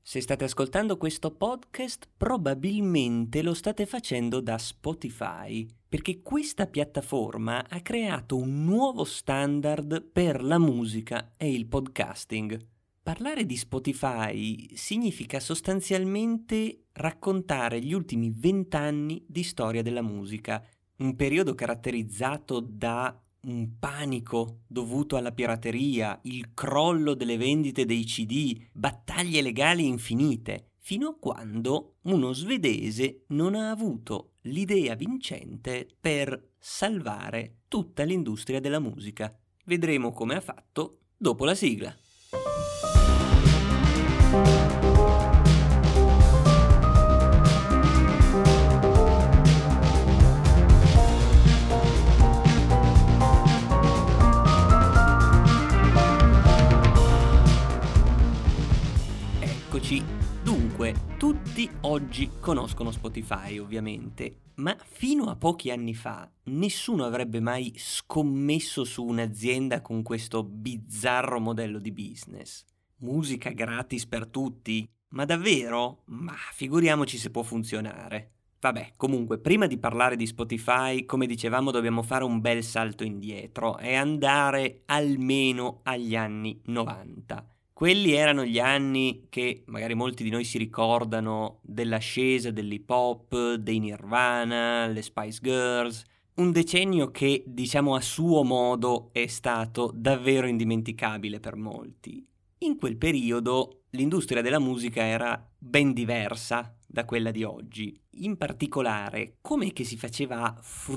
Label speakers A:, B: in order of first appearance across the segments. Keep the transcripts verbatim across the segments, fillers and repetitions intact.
A: Se state ascoltando questo podcast, probabilmente lo state facendo da Spotify, perché questa piattaforma ha creato un nuovo standard per la musica e il podcasting. Parlare di Spotify significa sostanzialmente raccontare gli ultimi vent'anni di storia della musica, un periodo caratterizzato da un panico dovuto alla pirateria, il crollo delle vendite dei C D, battaglie legali infinite, fino a quando uno svedese non ha avuto l'idea vincente per salvare tutta l'industria della musica. Vedremo come ha fatto dopo la sigla. Eccoci. Dunque, tutti oggi conoscono Spotify, ovviamente, ma fino a pochi anni fa nessuno avrebbe mai scommesso su un'azienda con questo bizzarro modello di business. Musica gratis per tutti? Ma davvero? Ma figuriamoci se può funzionare. Vabbè, comunque, prima di parlare di Spotify, come dicevamo, dobbiamo fare un bel salto indietro e andare almeno agli anni novanta. Quelli erano gli anni che magari molti di noi si ricordano dell'ascesa dell'hip hop, dei Nirvana, le Spice Girls, un decennio che, diciamo a suo modo, è stato davvero indimenticabile per molti. In quel periodo l'industria della musica era ben diversa da quella di oggi. In particolare, com'è che si faceva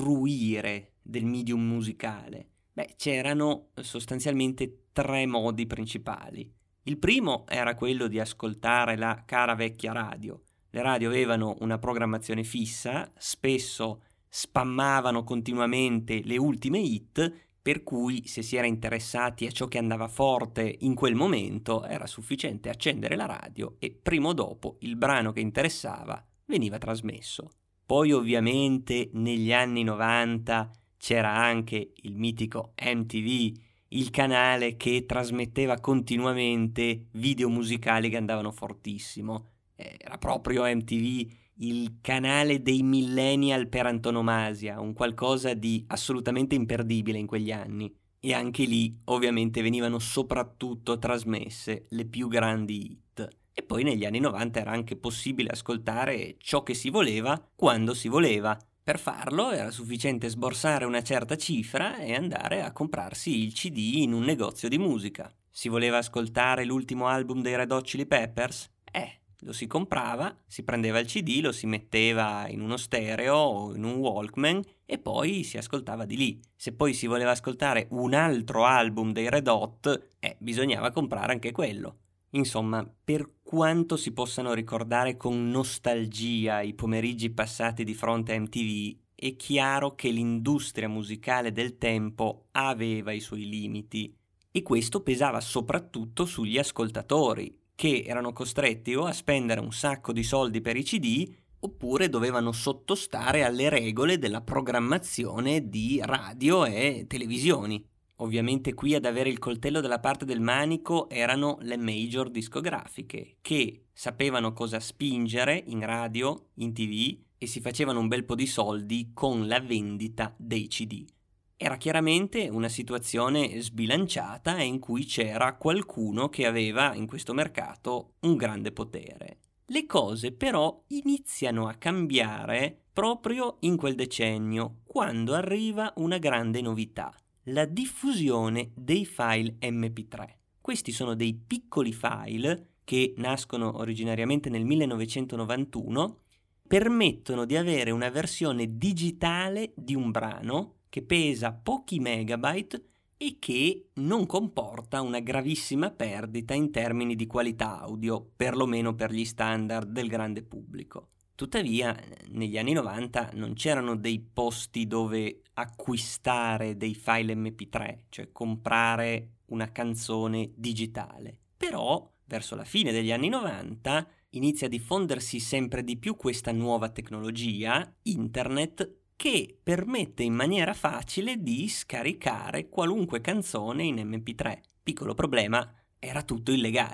A: fruire del medium musicale? Beh, c'erano sostanzialmente tre modi principali. Il primo era quello di ascoltare la cara vecchia radio. Le radio avevano una programmazione fissa, spesso spammavano continuamente le ultime hit, per cui se si era interessati a ciò che andava forte in quel momento era sufficiente accendere la radio e prima o dopo il brano che interessava veniva trasmesso. Poi ovviamente negli anni novanta c'era anche il mitico M T V, il canale che trasmetteva continuamente video musicali che andavano fortissimo. Era proprio M T V il canale dei millennial per antonomasia, un qualcosa di assolutamente imperdibile in quegli anni. E anche lì ovviamente venivano soprattutto trasmesse le più grandi hit. E poi negli anni novanta era anche possibile ascoltare ciò che si voleva, quando si voleva. Per farlo era sufficiente sborsare una certa cifra e andare a comprarsi il C D in un negozio di musica. Si voleva ascoltare l'ultimo album dei Red Hot Chili Peppers? Eh, lo si comprava, si prendeva il C D, lo si metteva in uno stereo o in un Walkman e poi si ascoltava di lì. Se poi si voleva ascoltare un altro album dei Red Hot, eh, bisognava comprare anche quello. Insomma, per quanto si possano ricordare con nostalgia i pomeriggi passati di fronte a M T V, è chiaro che l'industria musicale del tempo aveva i suoi limiti e questo pesava soprattutto sugli ascoltatori, che erano costretti o a spendere un sacco di soldi per i C D oppure dovevano sottostare alle regole della programmazione di radio e televisioni. Ovviamente qui ad avere il coltello dalla parte del manico erano le major discografiche, che sapevano cosa spingere in radio, in T V e si facevano un bel po' di soldi con la vendita dei C D. Era chiaramente una situazione sbilanciata e in cui c'era qualcuno che aveva in questo mercato un grande potere. Le cose però iniziano a cambiare proprio in quel decennio, quando arriva una grande novità. La diffusione dei file M P tre. Questi sono dei piccoli file che nascono originariamente nel millenovecentonovantuno, permettono di avere una versione digitale di un brano che pesa pochi megabyte e che non comporta una gravissima perdita in termini di qualità audio, perlomeno per gli standard del grande pubblico. Tuttavia, negli anni novanta non c'erano dei posti dove acquistare dei file M P tre, cioè comprare una canzone digitale. Però, verso la fine degli anni novanta, inizia a diffondersi sempre di più questa nuova tecnologia, internet, che permette in maniera facile di scaricare qualunque canzone in M P tre. Piccolo problema, era tutto illegale.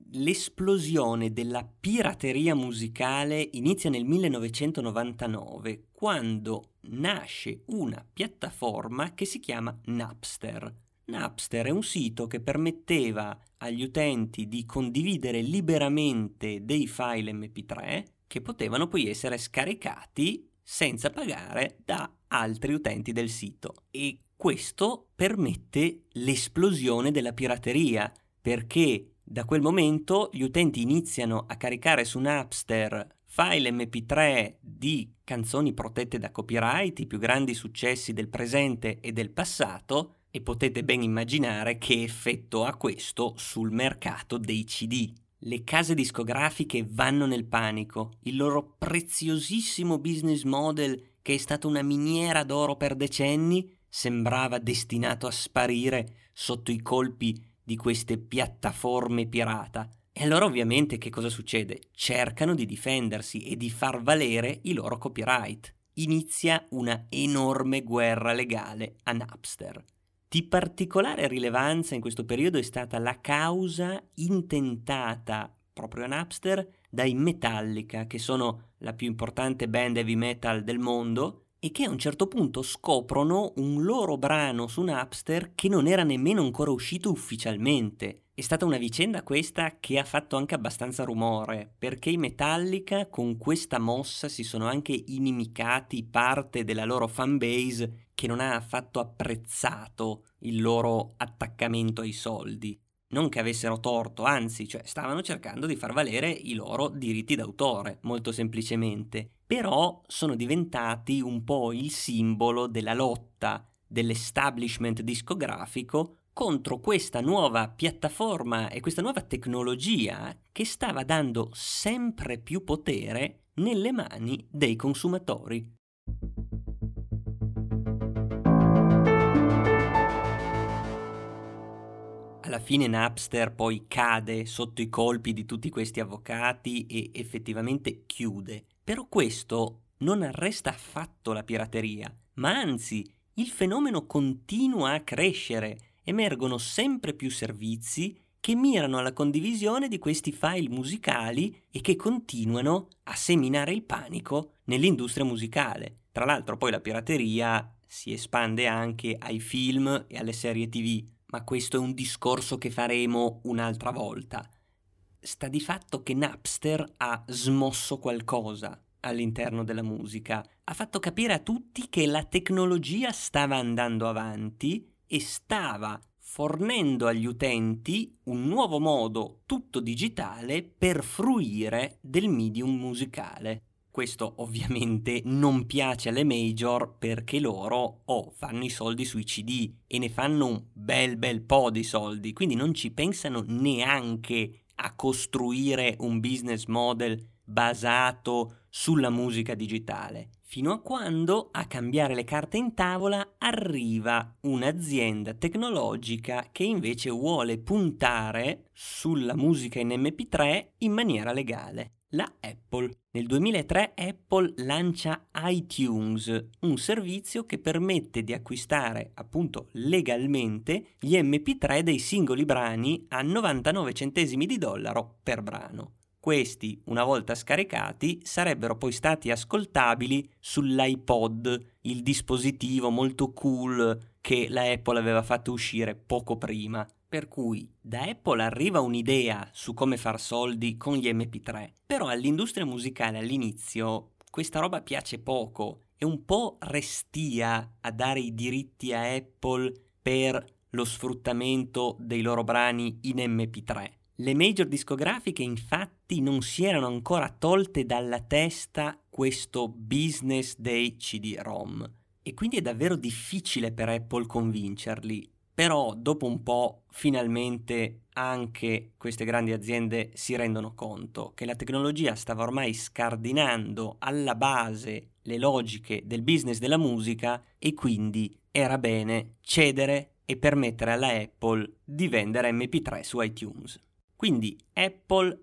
A: L'esplosione della pirateria musicale inizia nel millenovecentonovantanove, quando nasce una piattaforma che si chiama Napster. Napster è un sito che permetteva agli utenti di condividere liberamente dei file emme pi tre che potevano poi essere scaricati senza pagare da altri utenti del sito. E questo permette l'esplosione della pirateria, perché da quel momento gli utenti iniziano a caricare su Napster file emme pi tre di canzoni protette da copyright, i più grandi successi del presente e del passato, e potete ben immaginare che effetto ha questo sul mercato dei ci di. Le case discografiche vanno nel panico, il loro preziosissimo business model, che è stato una miniera d'oro per decenni, sembrava destinato a sparire sotto i colpi di queste piattaforme pirata. E allora ovviamente che cosa succede? Cercano di difendersi e di far valere i loro copyright. Inizia una enorme guerra legale a Napster. Di particolare rilevanza in questo periodo è stata la causa intentata proprio a Napster dai Metallica, che sono la più importante band heavy metal del mondo, e che a un certo punto scoprono un loro brano su Napster che non era nemmeno ancora uscito ufficialmente. È stata una vicenda questa che ha fatto anche abbastanza rumore, perché i Metallica con questa mossa si sono anche inimicati parte della loro fanbase, che non ha affatto apprezzato il loro attaccamento ai soldi. Non che avessero torto, anzi, cioè stavano cercando di far valere i loro diritti d'autore, molto semplicemente. Però sono diventati un po' il simbolo della lotta dell'establishment discografico contro questa nuova piattaforma e questa nuova tecnologia che stava dando sempre più potere nelle mani dei consumatori. Alla fine Napster poi cade sotto i colpi di tutti questi avvocati e effettivamente chiude. Però questo non arresta affatto la pirateria, ma anzi il fenomeno continua a crescere. Emergono sempre più servizi che mirano alla condivisione di questi file musicali e che continuano a seminare il panico nell'industria musicale. Tra l'altro poi la pirateria si espande anche ai film e alle serie tivù, ma questo è un discorso che faremo un'altra volta. Sta di fatto che Napster ha smosso qualcosa all'interno della musica, ha fatto capire a tutti che la tecnologia stava andando avanti e stava fornendo agli utenti un nuovo modo tutto digitale per fruire del medium musicale. Questo ovviamente non piace alle major, perché loro oh, fanno i soldi sui ci di e ne fanno un bel bel po' di soldi, quindi non ci pensano neanche a costruire un business model basato sulla musica digitale. Fino a quando, a cambiare le carte in tavola, arriva un'azienda tecnologica che invece vuole puntare sulla musica in emme pi tre in maniera legale. La Apple. Nel duemilatré Apple lancia iTunes, un servizio che permette di acquistare appunto legalmente gli emme pi tre dei singoli brani a novantanove centesimi di dollaro per brano. Questi, una volta scaricati, sarebbero poi stati ascoltabili sull'iPod, il dispositivo molto cool che la Apple aveva fatto uscire poco prima. Per cui da Apple arriva un'idea su come far soldi con gli emme pi tre, però all'industria musicale all'inizio questa roba piace poco, è un po' restia a dare i diritti a Apple per lo sfruttamento dei loro brani in emme pi tre. Le major discografiche infatti non si erano ancora tolte dalla testa questo business dei ci di rom e quindi è davvero difficile per Apple convincerli. Però dopo un po' finalmente anche queste grandi aziende si rendono conto che la tecnologia stava ormai scardinando alla base le logiche del business della musica e quindi era bene cedere e permettere alla Apple di vendere emme pi tre su iTunes. Quindi Apple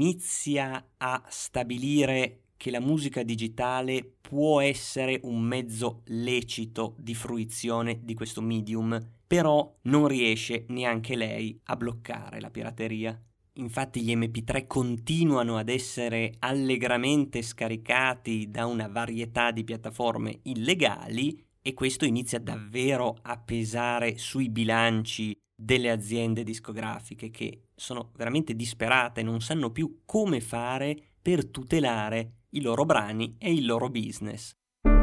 A: inizia a stabilire che la musica digitale può essere un mezzo lecito di fruizione di questo medium, però non riesce neanche lei a bloccare la pirateria. infatti gli emme pi tre continuano ad essere allegramente scaricati da una varietà di piattaforme illegali e questo inizia davvero a pesare sui bilanci delle aziende discografiche che sono veramente disperate, non sanno più come fare per tutelare i loro brani e il loro business.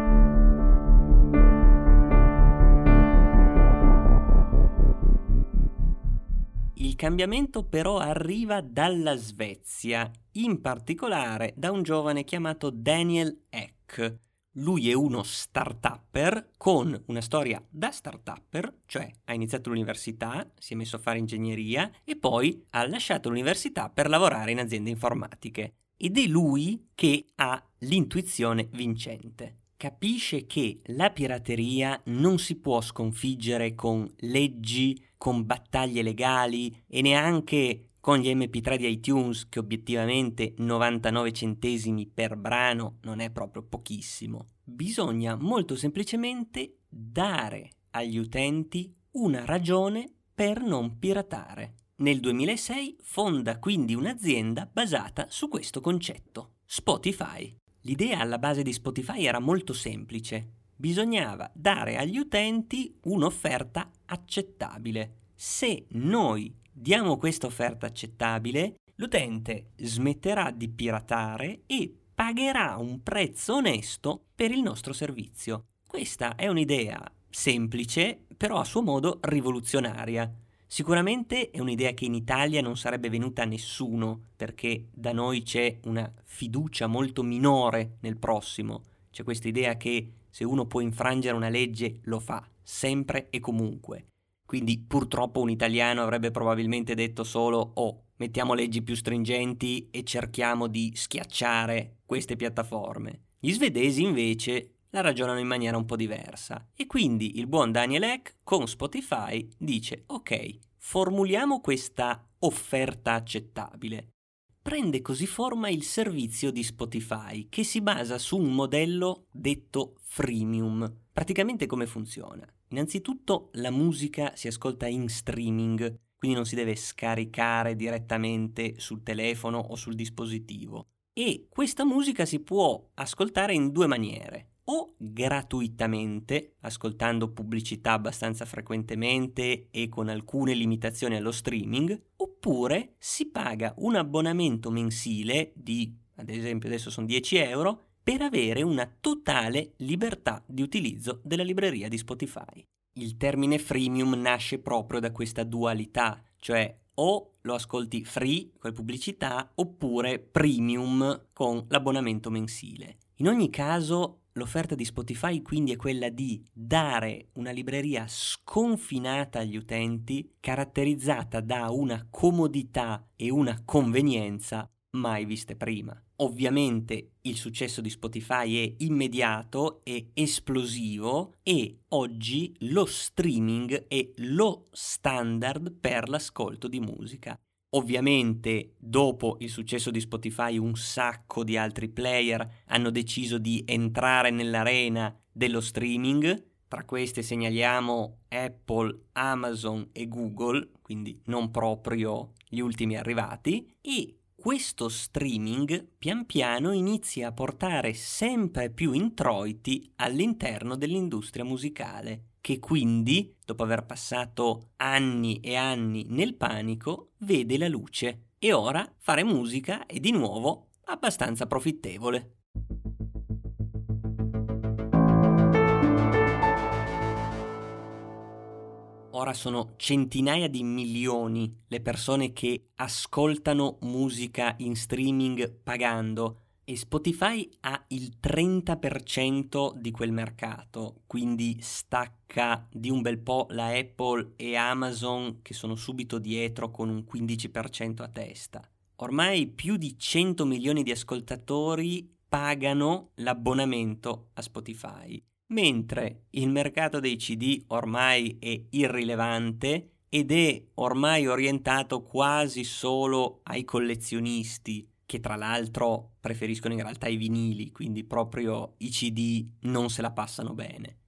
A: Il cambiamento però arriva dalla Svezia, in particolare da un giovane chiamato Daniel Ek. Lui è uno start-upper con una storia da start-upper, cioè ha iniziato l'università, si è messo a fare ingegneria e poi ha lasciato l'università per lavorare in aziende informatiche. Ed è lui che ha l'intuizione vincente. Capisce che la pirateria non si può sconfiggere con leggi, con battaglie legali e neanche con gli emme pi tre di iTunes, che obiettivamente novantanove centesimi per brano non è proprio pochissimo. Bisogna molto semplicemente dare agli utenti una ragione per non piratare. Nel duemilasei fonda quindi un'azienda basata su questo concetto, Spotify. L'idea alla base di Spotify era molto semplice. Bisognava dare agli utenti un'offerta accettabile. Se noi diamo questa offerta accettabile, l'utente smetterà di piratare e pagherà un prezzo onesto per il nostro servizio. Questa è un'idea semplice, però a suo modo rivoluzionaria. Sicuramente è un'idea che in Italia non sarebbe venuta a nessuno, perché da noi c'è una fiducia molto minore nel prossimo. C'è questa idea che se uno può infrangere una legge lo fa, sempre e comunque. Quindi purtroppo un italiano avrebbe probabilmente detto solo «Oh, mettiamo leggi più stringenti e cerchiamo di schiacciare queste piattaforme». Gli svedesi invece la ragionano in maniera un po' diversa e quindi il buon Daniel Ek con Spotify dice «Ok, formuliamo questa offerta accettabile». Prende così forma il servizio di Spotify che si basa su un modello detto freemium. Praticamente come funziona? Innanzitutto la musica si ascolta in streaming, quindi non si deve scaricare direttamente sul telefono o sul dispositivo. E questa musica si può ascoltare in due maniere. O gratuitamente, ascoltando pubblicità abbastanza frequentemente e con alcune limitazioni allo streaming, oppure si paga un abbonamento mensile di, ad esempio adesso sono dieci euro, per avere una totale libertà di utilizzo della libreria di Spotify. Il termine freemium nasce proprio da questa dualità, cioè o lo ascolti free con pubblicità oppure premium con l'abbonamento mensile. In ogni caso l'offerta di Spotify quindi è quella di dare una libreria sconfinata agli utenti, caratterizzata da una comodità e una convenienza mai viste prima. Ovviamente il successo di Spotify è immediato e esplosivo e oggi lo streaming è lo standard per l'ascolto di musica. Ovviamente dopo il successo di Spotify un sacco di altri player hanno deciso di entrare nell'arena dello streaming. Tra queste segnaliamo Apple, Amazon e Google, quindi non proprio gli ultimi arrivati, e questo streaming pian piano inizia a portare sempre più introiti all'interno dell'industria musicale, che quindi, dopo aver passato anni e anni nel panico, vede la luce e ora fare musica è di nuovo abbastanza profittevole. Ora sono centinaia di milioni le persone che ascoltano musica in streaming pagando e Spotify ha il trenta per cento di quel mercato, quindi stacca di un bel po' la Apple e Amazon che sono subito dietro con un quindici per cento a testa. Ormai più di cento milioni di ascoltatori pagano l'abbonamento a Spotify. Mentre il mercato dei C D ormai è irrilevante ed è ormai orientato quasi solo ai collezionisti, che tra l'altro preferiscono in realtà i vinili, quindi proprio i C D non se la passano bene.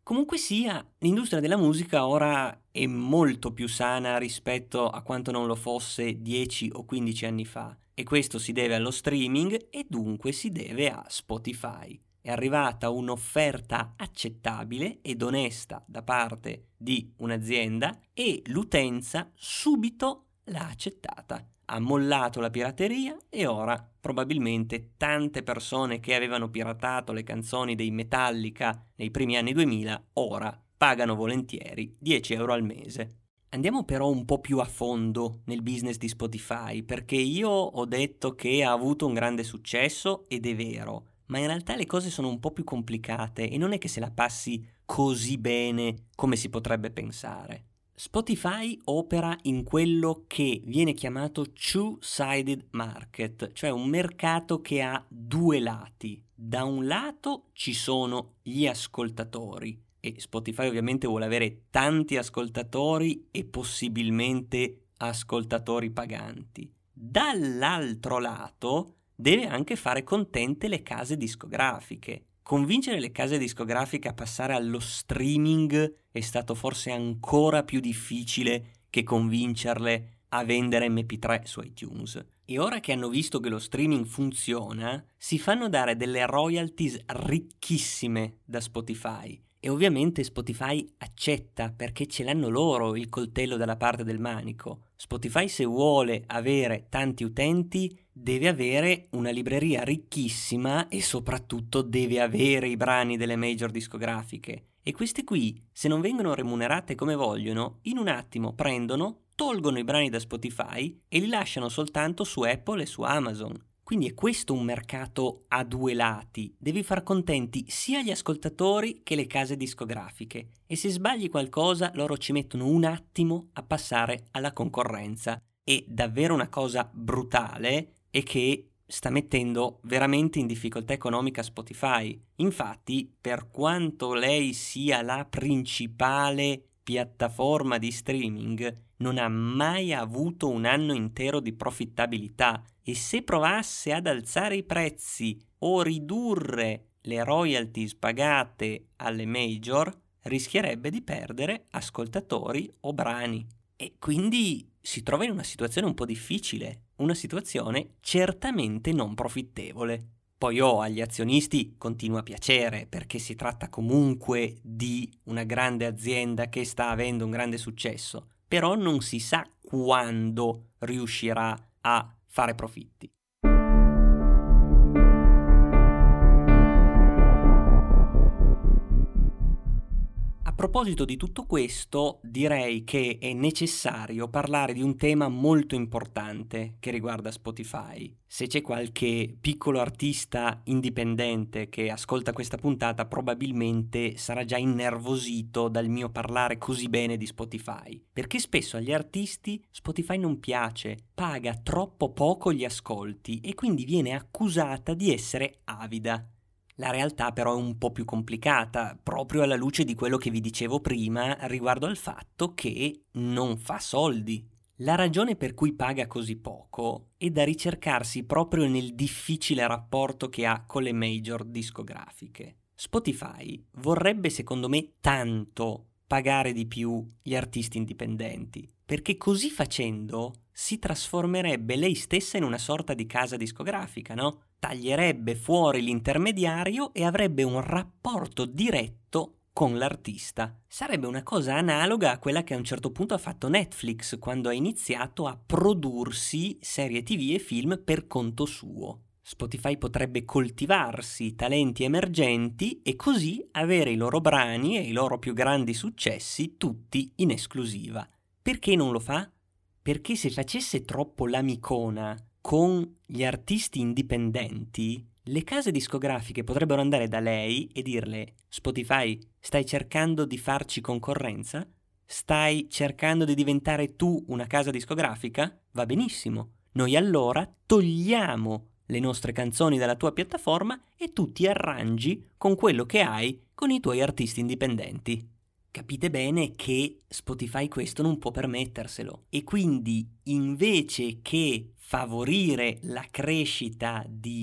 A: Comunque sia, l'industria della musica ora è molto più sana rispetto a quanto non lo fosse dieci o quindici anni fa, e questo si deve allo streaming e dunque si deve a Spotify. È arrivata un'offerta accettabile ed onesta da parte di un'azienda e l'utenza subito l'ha accettata. Ha mollato la pirateria e ora probabilmente tante persone che avevano piratato le canzoni dei Metallica nei primi anni duemila ora pagano volentieri dieci euro al mese. Andiamo però un po' più a fondo nel business di Spotify, perché io ho detto che ha avuto un grande successo ed è vero, ma in realtà le cose sono un po' più complicate e non è che se la passi così bene come si potrebbe pensare. Spotify opera in quello che viene chiamato two-sided market, cioè un mercato che ha due lati. Da un lato ci sono gli ascoltatori e Spotify ovviamente vuole avere tanti ascoltatori e possibilmente ascoltatori paganti. Dall'altro lato deve anche fare contente le case discografiche. Convincere le case discografiche a passare allo streaming è stato forse ancora più difficile che convincerle a vendere emme pi tre su iTunes. E ora che hanno visto che lo streaming funziona, si fanno dare delle royalties ricchissime da Spotify. E ovviamente Spotify accetta perché ce l'hanno loro il coltello dalla parte del manico. Spotify, se vuole avere tanti utenti, deve avere una libreria ricchissima e soprattutto deve avere i brani delle major discografiche. E queste qui, se non vengono remunerate come vogliono, in un attimo prendono, tolgono i brani da Spotify e li lasciano soltanto su Apple e su Amazon. Quindi è questo un mercato a due lati, devi far contenti sia gli ascoltatori che le case discografiche e se sbagli qualcosa loro ci mettono un attimo a passare alla concorrenza. E davvero una cosa brutale è che sta mettendo veramente in difficoltà economica Spotify. Infatti, per quanto lei sia la principale piattaforma di streaming, non ha mai avuto un anno intero di profittabilità e se provasse ad alzare i prezzi o ridurre le royalties pagate alle major, rischierebbe di perdere ascoltatori o brani. E quindi si trova in una situazione un po' difficile, una situazione certamente non profittevole. Poi oh, agli azionisti continua a piacere perché si tratta comunque di una grande azienda che sta avendo un grande successo, però non si sa quando riuscirà a fare profitti. A proposito di tutto questo, direi che è necessario parlare di un tema molto importante che riguarda Spotify. Se c'è qualche piccolo artista indipendente che ascolta questa puntata, probabilmente sarà già innervosito dal mio parlare così bene di Spotify, perché spesso agli artisti Spotify non piace, paga troppo poco gli ascolti e quindi viene accusata di essere avida. La realtà però è un po' più complicata, proprio alla luce di quello che vi dicevo prima riguardo al fatto che non fa soldi. La ragione per cui paga così poco è da ricercarsi proprio nel difficile rapporto che ha con le major discografiche. Spotify vorrebbe, secondo me, tanto pagare di più gli artisti indipendenti, perché così facendo si trasformerebbe lei stessa in una sorta di casa discografica, no? Taglierebbe fuori l'intermediario e avrebbe un rapporto diretto con l'artista. Sarebbe una cosa analoga a quella che a un certo punto ha fatto Netflix quando ha iniziato a prodursi serie tivù e film per conto suo. Spotify potrebbe coltivarsi talenti emergenti e così avere i loro brani e i loro più grandi successi tutti in esclusiva. Perché non lo fa? Perché se facesse troppo l'amicona con gli artisti indipendenti, le case discografiche potrebbero andare da lei e dirle: Spotify, stai cercando di farci concorrenza? Stai cercando di diventare tu una casa discografica? Va benissimo. Noi allora togliamo le nostre canzoni dalla tua piattaforma e tu ti arrangi con quello che hai con i tuoi artisti indipendenti. Capite bene che Spotify questo non può permetterselo e quindi invece che favorire la crescita di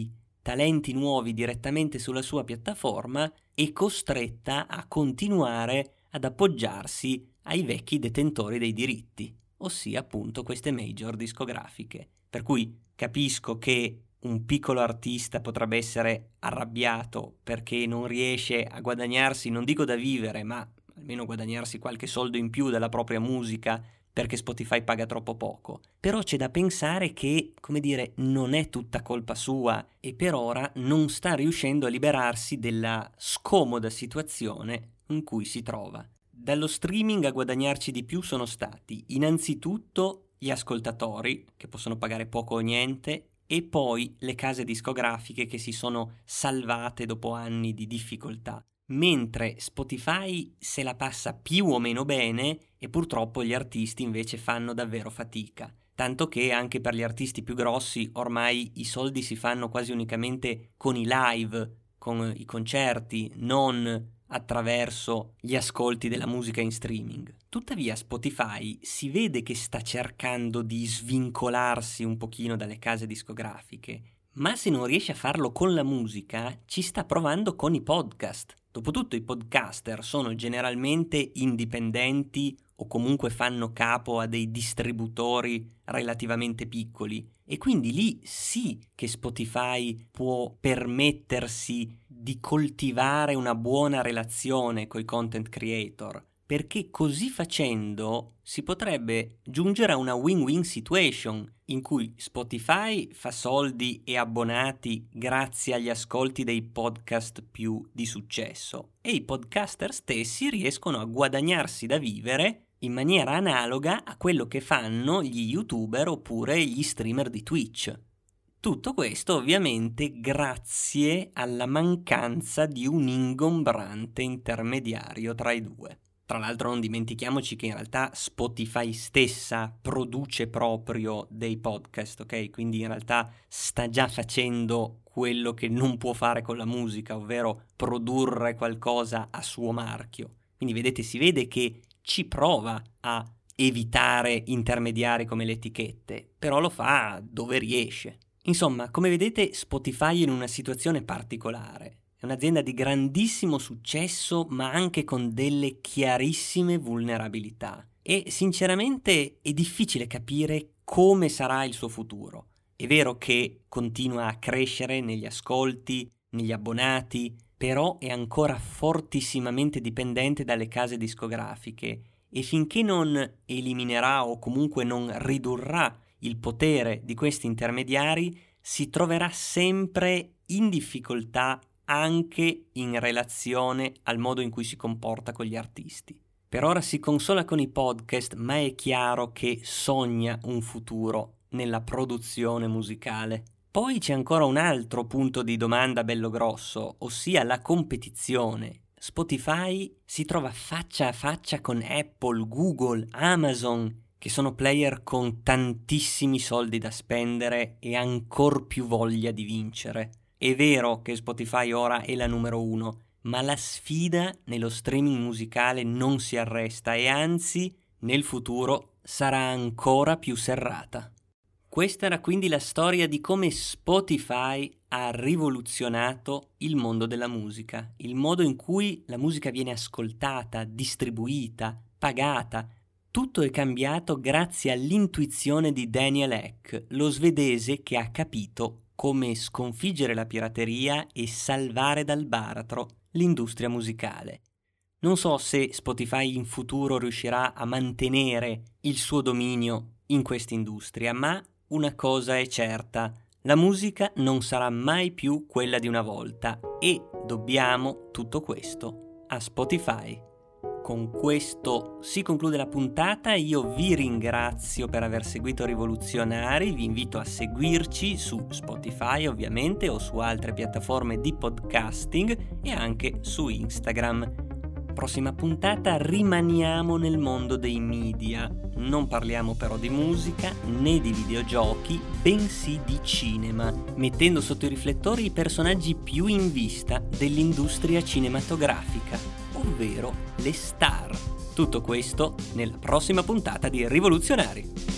A: talenti nuovi direttamente sulla sua piattaforma, è costretta a continuare ad appoggiarsi ai vecchi detentori dei diritti, ossia appunto queste major discografiche. Per cui capisco che un piccolo artista potrebbe essere arrabbiato perché non riesce a guadagnarsi, non dico da vivere, ma almeno guadagnarsi qualche soldo in più dalla propria musica perché Spotify paga troppo poco. Però c'è da pensare che, come dire, non è tutta colpa sua e per ora non sta riuscendo a liberarsi della scomoda situazione in cui si trova. Dallo streaming a guadagnarci di più sono stati innanzitutto gli ascoltatori, che possono pagare poco o niente, e poi le case discografiche che si sono salvate dopo anni di difficoltà. Mentre Spotify se la passa più o meno bene e purtroppo gli artisti invece fanno davvero fatica. Tanto che anche per gli artisti più grossi ormai i soldi si fanno quasi unicamente con i live, con i concerti, non attraverso gli ascolti della musica in streaming. Tuttavia Spotify si vede che sta cercando di svincolarsi un pochino dalle case discografiche, ma se non riesce a farlo con la musica, ci sta provando con i podcast. Dopotutto i podcaster sono generalmente indipendenti o comunque fanno capo a dei distributori relativamente piccoli e quindi lì sì che Spotify può permettersi di coltivare una buona relazione coi content creator, perché così facendo si potrebbe giungere a una win-win situation in cui Spotify fa soldi e abbonati grazie agli ascolti dei podcast più di successo e i podcaster stessi riescono a guadagnarsi da vivere in maniera analoga a quello che fanno gli youtuber oppure gli streamer di Twitch. Tutto questo ovviamente grazie alla mancanza di un ingombrante intermediario tra i due. Tra l'altro non dimentichiamoci che in realtà Spotify stessa produce proprio dei podcast, ok? Quindi in realtà sta già facendo quello che non può fare con la musica, ovvero produrre qualcosa a suo marchio. Quindi vedete, si vede che ci prova a evitare intermediari come le etichette, però lo fa dove riesce. Insomma, come vedete Spotify è in una situazione particolare. È un'azienda di grandissimo successo, ma anche con delle chiarissime vulnerabilità. E sinceramente è difficile capire come sarà il suo futuro. È vero che continua a crescere negli ascolti, negli abbonati, però è ancora fortissimamente dipendente dalle case discografiche e finché non eliminerà o comunque non ridurrà il potere di questi intermediari, si troverà sempre in difficoltà anche in relazione al modo in cui si comporta con gli artisti. Per ora si consola con i podcast, ma è chiaro che sogna un futuro nella produzione musicale. Poi c'è ancora un altro punto di domanda bello grosso, ossia la competizione. Spotify si trova faccia a faccia con Apple, Google, Amazon, che sono player con tantissimi soldi da spendere e ancor più voglia di vincere. È vero che Spotify ora è la numero uno, ma la sfida nello streaming musicale non si arresta e anzi, nel futuro, sarà ancora più serrata. Questa era quindi la storia di come Spotify ha rivoluzionato il mondo della musica, il modo in cui la musica viene ascoltata, distribuita, pagata. Tutto è cambiato grazie all'intuizione di Daniel Ek, lo svedese che ha capito come sconfiggere la pirateria e salvare dal baratro l'industria musicale. Non so se Spotify in futuro riuscirà a mantenere il suo dominio in questa industria, ma una cosa è certa: la musica non sarà mai più quella di una volta e dobbiamo tutto questo a Spotify. Con questo si conclude la puntata, io vi ringrazio per aver seguito Rivoluzionari, vi invito a seguirci su Spotify ovviamente o su altre piattaforme di podcasting e anche su Instagram. Prossima puntata rimaniamo nel mondo dei media, non parliamo però di musica né di videogiochi, bensì di cinema, mettendo sotto i riflettori i personaggi più in vista dell'industria cinematografica, ovvero le star. Tutto questo nella prossima puntata di Rivoluzionari.